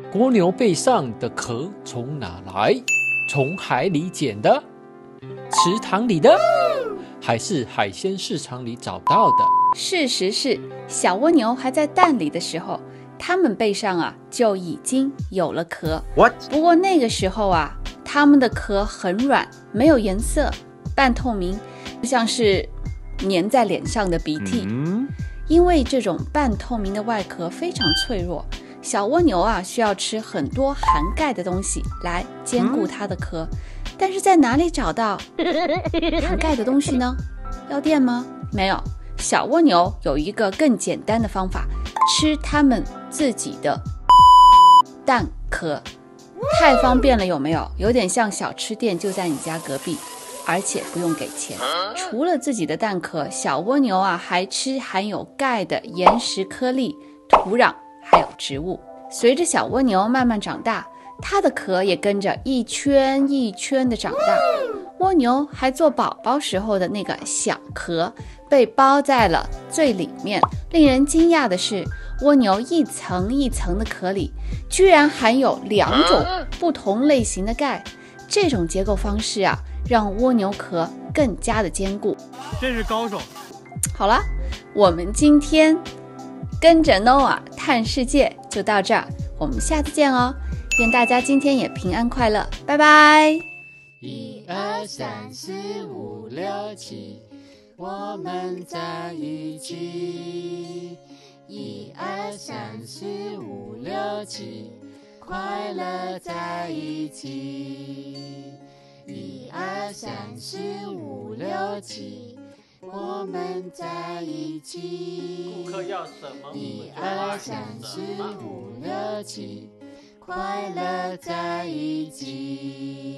蜗牛背上的壳从哪来？从海里捡的？池塘里的？还是海鲜市场里找到的？ 事实是，小蜗牛还在蛋里的时候，它们背上就已经有了壳。不过那个时候它们的壳很软，没有颜色，半透明，就像是粘在脸上的鼻涕。因为这种半透明的外壳非常脆弱，小蜗牛需要吃很多含钙的东西来坚固它的壳。但是在哪里找到含钙的东西呢？药店吗？没有。小蜗牛有一个更简单的方法，吃它们自己的蛋壳。太方便了，有没有？有点像小吃店就在你家隔壁，而且不用给钱。除了自己的蛋壳，小蜗牛还吃含有钙的岩石颗粒、土壤还有植物。随着小蜗牛慢慢长大，它的壳也跟着一圈一圈的长大。蜗牛还做宝宝时候的那个小壳被包在了最里面。令人惊讶的是，蜗牛一层一层的壳里居然含有2种不同类型的钙。这种结构方式让蜗牛壳更加的坚固。 真是高手。 好了，我们今天跟着 Noah 探世界就到这儿，我们下次见哦。愿大家今天也平安快乐，拜拜。 1、2、3、4、5、6、7，我们在一起。1、2、3、4、5、6、7，快乐在一起。1、2、3、4、5、6、7，我们在一起。 顾客要什么 1、2、3、4、5、6、7，快乐在一起。